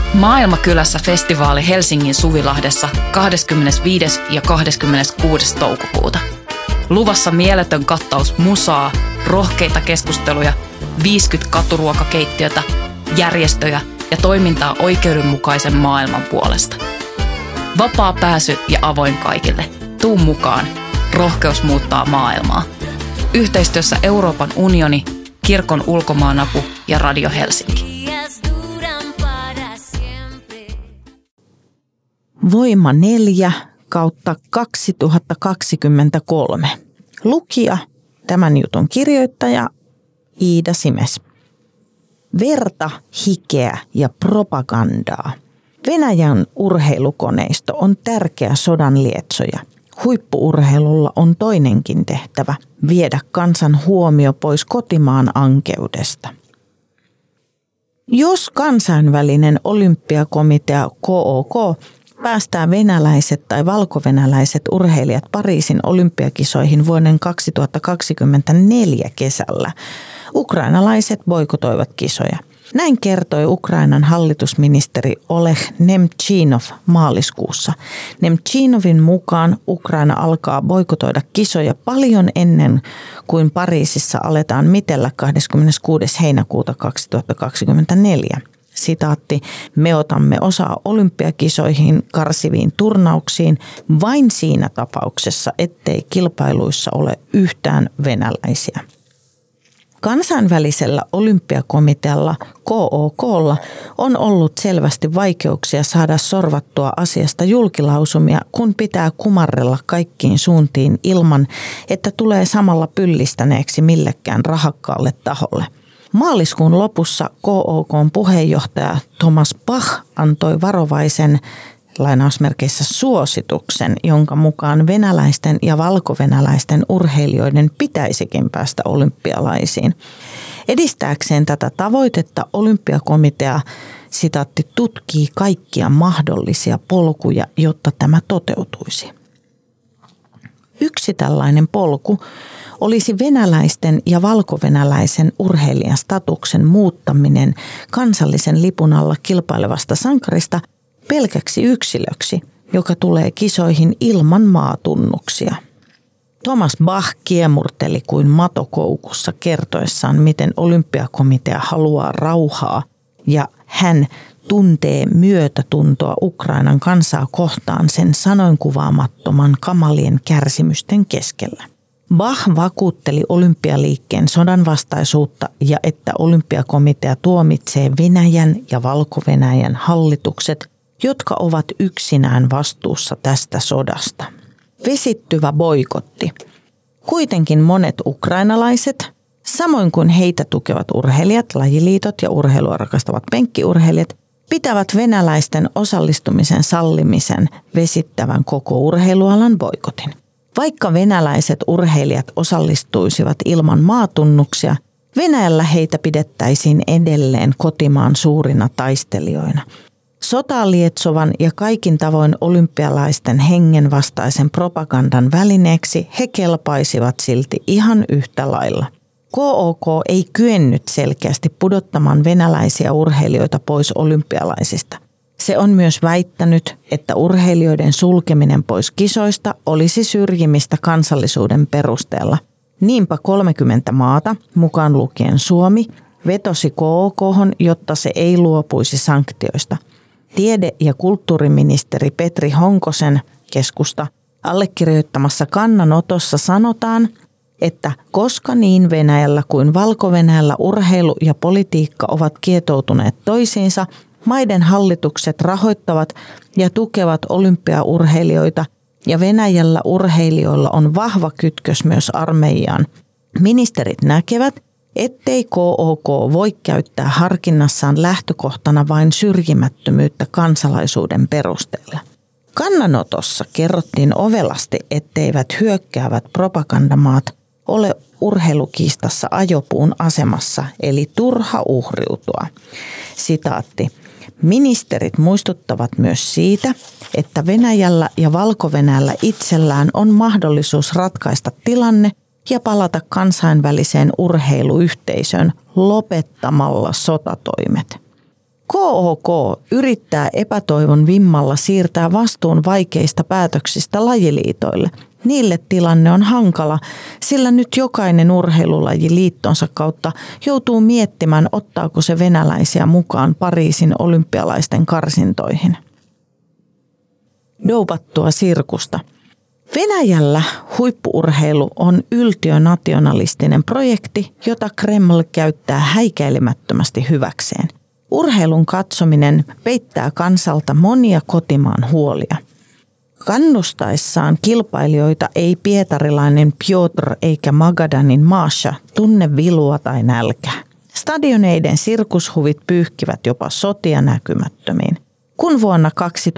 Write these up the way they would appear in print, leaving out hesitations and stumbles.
Maailmakylässä festivaali Helsingin Suvilahdessa 25. ja 26. toukokuuta. Luvassa mieletön kattaus musaa, rohkeita keskusteluja, 50 katuruokakeittiötä, järjestöjä ja toimintaa oikeudenmukaisen maailman puolesta. Vapaa pääsy ja avoin kaikille. Tuu mukaan. Rohkeus muuttaa maailmaa. Yhteistyössä Euroopan unioni, Kirkon ulkomaanapu ja Radio Helsinki. Voima 4/2023. Lukija, tämän jutun kirjoittaja Iida Simes. Verta, hikeä ja propagandaa. Venäjän urheilukoneisto on tärkeä sodan lietsoja. Huippu-urheilulla on toinenkin tehtävä, viedä kansan huomio pois kotimaan ankeudesta. Jos kansainvälinen olympiakomitea KOK päästää venäläiset tai valkovenäläiset urheilijat Pariisin olympiakisoihin vuoden 2024 kesällä, ukrainalaiset boikotoivat kisoja. Näin kertoi Ukrainan hallitusministeri Oleg Nemtšinov maaliskuussa. Nemtšinovin mukaan Ukraina alkaa boikotoida kisoja paljon ennen kuin Pariisissa aletaan mitellä 26. heinäkuuta 2024. Sitaatti, me otamme osaa olympiakisoihin karsiviin turnauksiin vain siinä tapauksessa, ettei kilpailuissa ole yhtään venäläisiä. Kansainvälisellä olympiakomitealla KOK:lla on ollut selvästi vaikeuksia saada sorvattua asiasta julkilausumia, kun pitää kumarrella kaikkiin suuntiin ilman, että tulee samalla pyllistäneeksi millekään rahakkaalle taholle. Maaliskuun lopussa KOK:n puheenjohtaja Thomas Bach antoi varovaisen lainausmerkeissä suosituksen, jonka mukaan venäläisten ja valkovenäläisten urheilijoiden pitäisikin päästä olympialaisiin. Edistääkseen tätä tavoitetta olympiakomitea, sitaatti, tutkii kaikkia mahdollisia polkuja, jotta tämä toteutuisi. Yksi tällainen polku olisi venäläisten ja valkovenäläisen urheilijan statuksen muuttaminen kansallisen lipun alla kilpailevasta sankarista pelkäksi yksilöksi, joka tulee kisoihin ilman maatunnuksia. Thomas Bach kiemurteli kuin matokoukussa kertoessaan, miten olympiakomitea haluaa rauhaa ja hän tuntee myötätuntoa Ukrainan kansaa kohtaan sen sanoin kuvaamattoman kamalien kärsimysten keskellä. Bach vakuutteli olympialiikkeen sodanvastaisuutta ja että olympiakomitea tuomitsee Venäjän ja Valko-Venäjän hallitukset, jotka ovat yksinään vastuussa tästä sodasta. Vesittyvä boikotti. Kuitenkin monet ukrainalaiset, samoin kuin heitä tukevat urheilijat, lajiliitot ja urheilua rakastavat penkkiurheilijat, pitävät venäläisten osallistumisen sallimisen vesittävän koko urheilualan boikotin. Vaikka venäläiset urheilijat osallistuisivat ilman maatunnuksia, Venäjällä heitä pidettäisiin edelleen kotimaan suurina taistelijoina. Sotaa lietsovan ja kaikin tavoin olympialaisten hengenvastaisen propagandan välineeksi he kelpaisivat silti ihan yhtä lailla. KOK ei kyennyt selkeästi pudottamaan venäläisiä urheilijoita pois olympialaisista. Se on myös väittänyt, että urheilijoiden sulkeminen pois kisoista olisi syrjimistä kansallisuuden perusteella. Niinpä 30 maata, mukaan lukien Suomi, vetosi KOK:hon, jotta se ei luopuisi sanktioista. Tiede- ja kulttuuriministeri Petri Honkosen keskusta allekirjoittamassa kannanotossa sanotaan, että koska niin Venäjällä kuin Valko-Venäjällä urheilu ja politiikka ovat kietoutuneet toisiinsa, maiden hallitukset rahoittavat ja tukevat olympiaurheilijoita ja Venäjällä urheilijoilla on vahva kytkös myös armeijaan. Ministerit näkevät, ettei KOK voi käyttää harkinnassaan lähtökohtana vain syrjimättömyyttä kansalaisuuden perusteella. Kannanotossa kerrottiin ovelasti, etteivät hyökkäävät propagandamaat ole urheilukiistassa ajopuun asemassa, eli turha uhriutua. Sitaatti. Ministerit muistuttavat myös siitä, että Venäjällä ja Valko-Venäjällä itsellään on mahdollisuus ratkaista tilanne ja palata kansainväliseen urheiluyhteisöön lopettamalla sotatoimet. KOK yrittää epätoivon vimmalla siirtää vastuun vaikeista päätöksistä lajiliitoille. Niille tilanne on hankala, sillä nyt jokainen urheilulaji liittonsa kautta joutuu miettimään, ottaako se venäläisiä mukaan Pariisin olympialaisten karsintoihin. Doupattua sirkusta. Venäjällä huippu-urheilu on yltiönationalistinen projekti, jota Kreml käyttää häikäilemättömästi hyväkseen. Urheilun katsominen peittää kansalta monia kotimaan huolia. Kannustaessaan kilpailijoita ei pietarilainen Piotr eikä Magadanin Masha tunne vilua tai nälkää. Stadioneiden sirkushuvit pyyhkivät jopa sotia näkymättömiin. Kun vuonna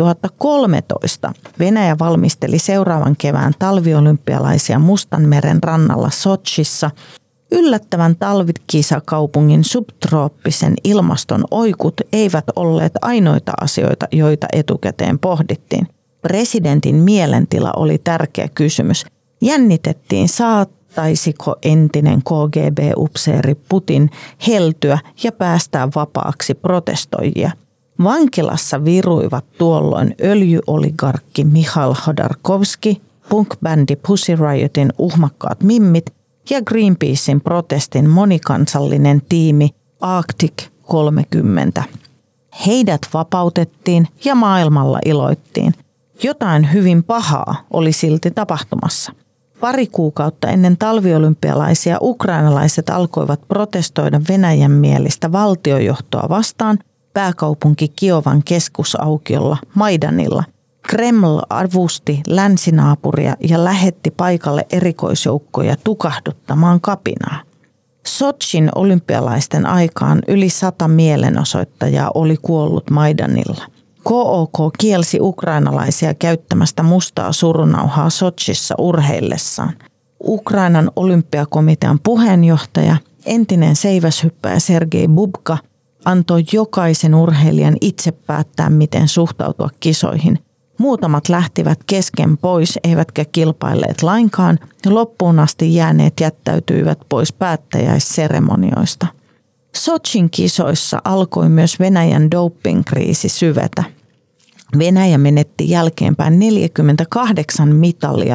2013 Venäjä valmisteli seuraavan kevään talviolympialaisia Mustanmeren rannalla Sotšissa, yllättävän talvikisakaupungin subtrooppisen ilmaston oikut eivät olleet ainoita asioita, joita etukäteen pohdittiin. Presidentin mielentila oli tärkeä kysymys. Jännitettiin, saattaisiko entinen KGB-upseeri Putin heltyä ja päästää vapaaksi protestoijia. Vankilassa viruivat tuolloin öljyoligarkki Mikhail Hodorkovski, punk-bändi Pussy Riotin uhmakkaat mimmit ja Greenpeacein protestin monikansallinen tiimi Arctic 30. Heidät vapautettiin ja maailmalla iloittiin. Jotain hyvin pahaa oli silti tapahtumassa. Pari kuukautta ennen talviolympialaisia ukrainalaiset alkoivat protestoida Venäjän mielistä valtiojohtoa vastaan pääkaupunki Kiovan keskusaukiolla Maidanilla. Kreml avusti länsinaapuria ja lähetti paikalle erikoisjoukkoja tukahduttamaan kapinaa. Sotšin olympialaisten aikaan yli 100 mielenosoittajaa oli kuollut Maidanilla. KOK kielsi ukrainalaisia käyttämästä mustaa surunauhaa Sotšissa urheillessaan. Ukrainan olympiakomitean puheenjohtaja, entinen seiväshyppäjä Sergei Bubka, antoi jokaisen urheilijan itse päättää, miten suhtautua kisoihin. Muutamat lähtivät kesken pois, eivätkä kilpailleet lainkaan, ja loppuun asti jääneet jättäytyivät pois päättäjäisseremonioista. Sotšin kisoissa alkoi myös Venäjän doping-kriisi syvetä. Venäjä menetti jälkeenpäin 48 mitalia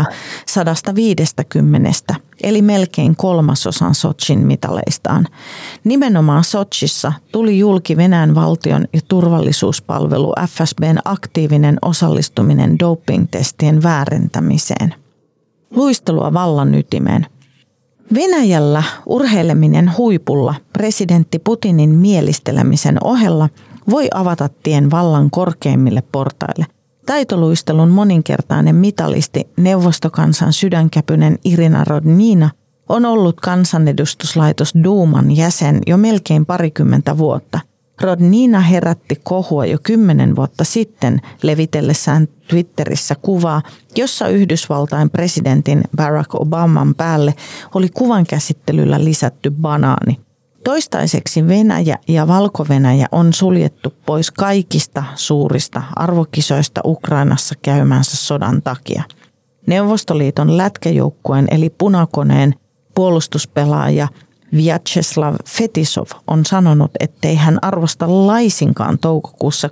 150, eli melkein 1/3 Sotšin mitaleistaan. Nimenomaan Sotšissa tuli julki Venäjän valtion ja turvallisuuspalvelu FSB:n aktiivinen osallistuminen doping-testien väärentämiseen. Luistelua vallan ytimeen. Venäjällä urheileminen huipulla presidentti Putinin mielistelemisen ohella voi avata tien vallan korkeimmille portaille. Taitoluistelun moninkertainen mitalisti, neuvostokansan sydänkäpynen Irina Rodnina on ollut kansanedustuslaitos Duuman jäsen jo melkein 20 vuotta. Rodnina herätti kohua jo 10 vuotta sitten levitellessään Twitterissä kuvaa, jossa Yhdysvaltain presidentin Barack Obaman päälle oli kuvan käsittelyllä lisätty banaani. Toistaiseksi Venäjä ja Valko-Venäjä on suljettu pois kaikista suurista arvokisoista Ukrainassa käymänsä sodan takia. Neuvostoliiton lätkäjoukkueen eli Punakoneen puolustuspelaaja Vyacheslav Fetisov on sanonut, ettei hän arvosta laisinkaan toukokuussa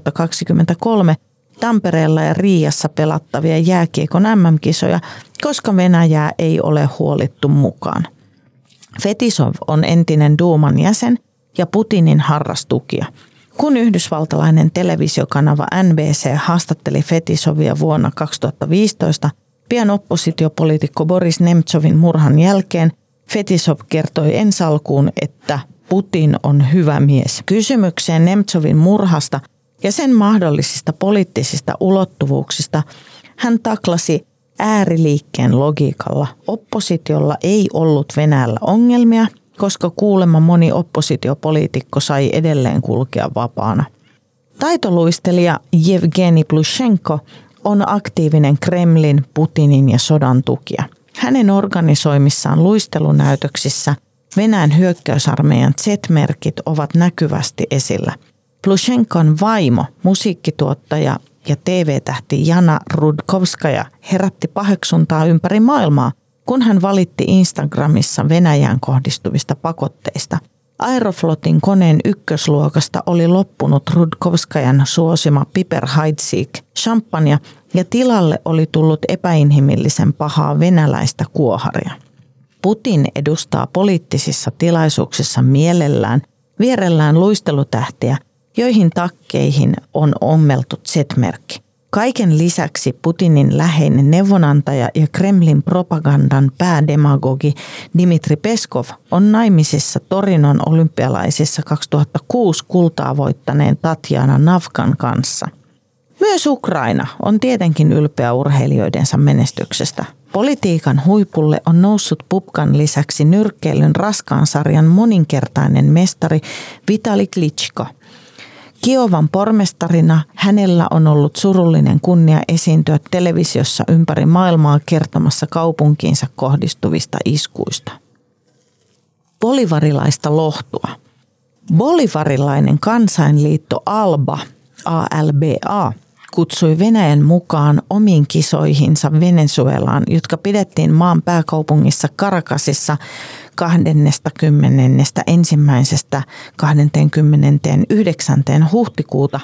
2023 Tampereella ja Riiassa pelattavia jääkiekon MM-kisoja, koska Venäjää ei ole huolittu mukaan. Fetisov on entinen Duuman jäsen ja Putinin harrastukija. Kun yhdysvaltalainen televisiokanava NBC haastatteli Fetisovia vuonna 2015, pian oppositiopoliitikko Boris Nemtsovin murhan jälkeen, Fetisov kertoi ensi alkuun, että Putin on hyvä mies. Kysymykseen Nemtsovin murhasta ja sen mahdollisista poliittisista ulottuvuuksista hän taklasi ääriliikkeen logiikalla. Oppositiolla ei ollut Venäjällä ongelmia, koska kuulemma moni oppositiopoliitikko sai edelleen kulkea vapaana. Taitoluistelija Jevgeni Plushenko on aktiivinen Kremlin, Putinin ja sodan tukija. Hänen organisoimissaan luistelunäytöksissä Venäjän hyökkäysarmeijan Z-merkit ovat näkyvästi esillä. Plushenkon vaimo, musiikkituottaja ja TV-tähti Jana Rudkovskaja herätti paheksuntaa ympäri maailmaa, kun hän valitti Instagramissa Venäjään kohdistuvista pakotteista. Aeroflotin koneen ykkösluokasta oli loppunut Rudkovskajan suosima Piper Heidsieck champagne ja tilalle oli tullut epäinhimillisen pahaa venäläistä kuoharia. Putin edustaa poliittisissa tilaisuuksissa mielellään vierellään luistelutähtiä, joihin takkeihin on ommeltu Z-merkki. Kaiken lisäksi Putinin läheinen neuvonantaja ja Kremlin propagandan päädemagogi Dmitri Peskov on naimisissa Torinon olympialaisissa 2006 kultaa voittaneen Tatjana Navkan kanssa. Myös Ukraina on tietenkin ylpeä urheilijoidensa menestyksestä. Politiikan huipulle on noussut Pupkan lisäksi nyrkkeilyn raskaan sarjan moninkertainen mestari Vitali Klitschko. Kiovan pormestarina hänellä on ollut surullinen kunnia esiintyä televisiossa ympäri maailmaa kertomassa kaupunkiinsa kohdistuvista iskuista. Bolivarilaista lohtua. Bolivarilainen kansainliitto ALBA, ALBA, kutsui Venäjän mukaan omiin kisoihinsa Venezuelaan, jotka pidettiin maan pääkaupungissa Caracasissa 21.–29. huhtikuuta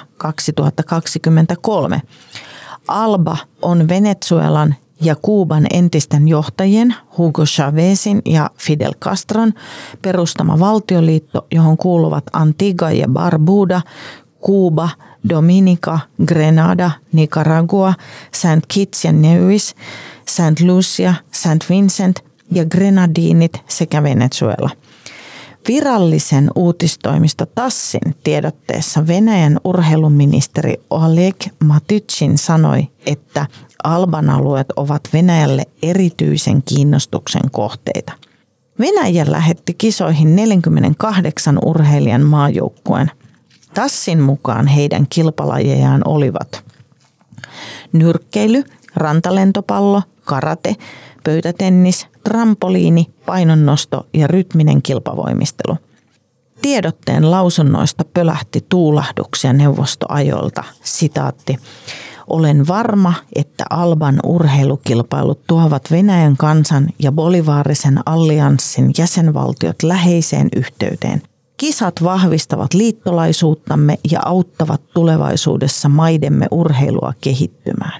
2023. ALBA on Venezuelan ja Kuuban entisten johtajien Hugo Chávezin ja Fidel Castron perustama valtioliitto, johon kuuluvat Antigua ja Barbuda, Kuuba, Dominica, Grenada, Nicaragua, St. Kitts ja Nevis, St. Lucia, St. Vincent ja Grenadinit sekä Venezuela. Virallisen uutistoimisto TASSin tiedotteessa Venäjän urheiluministeri Oleg Matytsin sanoi, että ALBAn alueet ovat Venäjälle erityisen kiinnostuksen kohteita. Venäjä lähetti kisoihin 48 urheilijan maajoukkueen. TASSin mukaan heidän kilpalajejaan olivat nyrkkeily, rantalentopallo, karate, pöytätennis, trampoliini, painonnosto ja rytminen kilpavoimistelu. Tiedotteen lausunnoista pölähti tuulahduksia neuvostoajolta. Sitaatti. Olen varma, että ALBAn urheilukilpailut tuovat Venäjän kansan ja bolivaarisen allianssin jäsenvaltiot läheiseen yhteyteen. Kisat vahvistavat liittolaisuuttamme ja auttavat tulevaisuudessa maidemme urheilua kehittymään.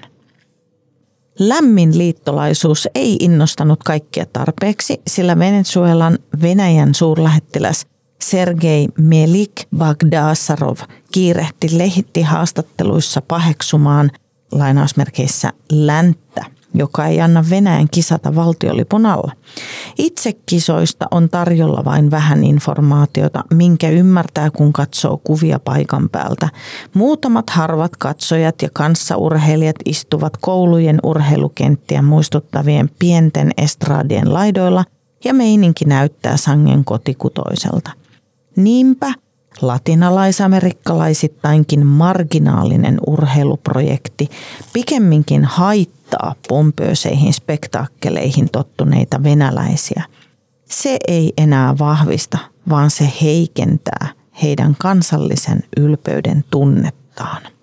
Lämmin liittolaisuus ei innostanut kaikkia tarpeeksi, sillä Venezuelan Venäjän suurlähettiläs Sergei Melik-Bagdasarov kiirehti lehtihaastatteluissa paheksumaan lainausmerkeissä länttä, joka ei anna Venäjän kisata valtiolipun alla. Itse kisoista on tarjolla vain vähän informaatiota, minkä ymmärtää kun katsoo kuvia paikan päältä. Muutamat harvat katsojat ja kanssaurheilijat istuvat koulujen urheilukenttiä muistuttavien pienten estradien laidoilla ja meininki näyttää sangen kotikutoiselta. Niinpä latinalaisamerikkalaisittainkin marginaalinen urheiluprojekti pikemminkin haittaa pompööseihin spektaakkeleihin tottuneita venäläisiä. Se ei enää vahvista, vaan se heikentää heidän kansallisen ylpeyden tunnettaan.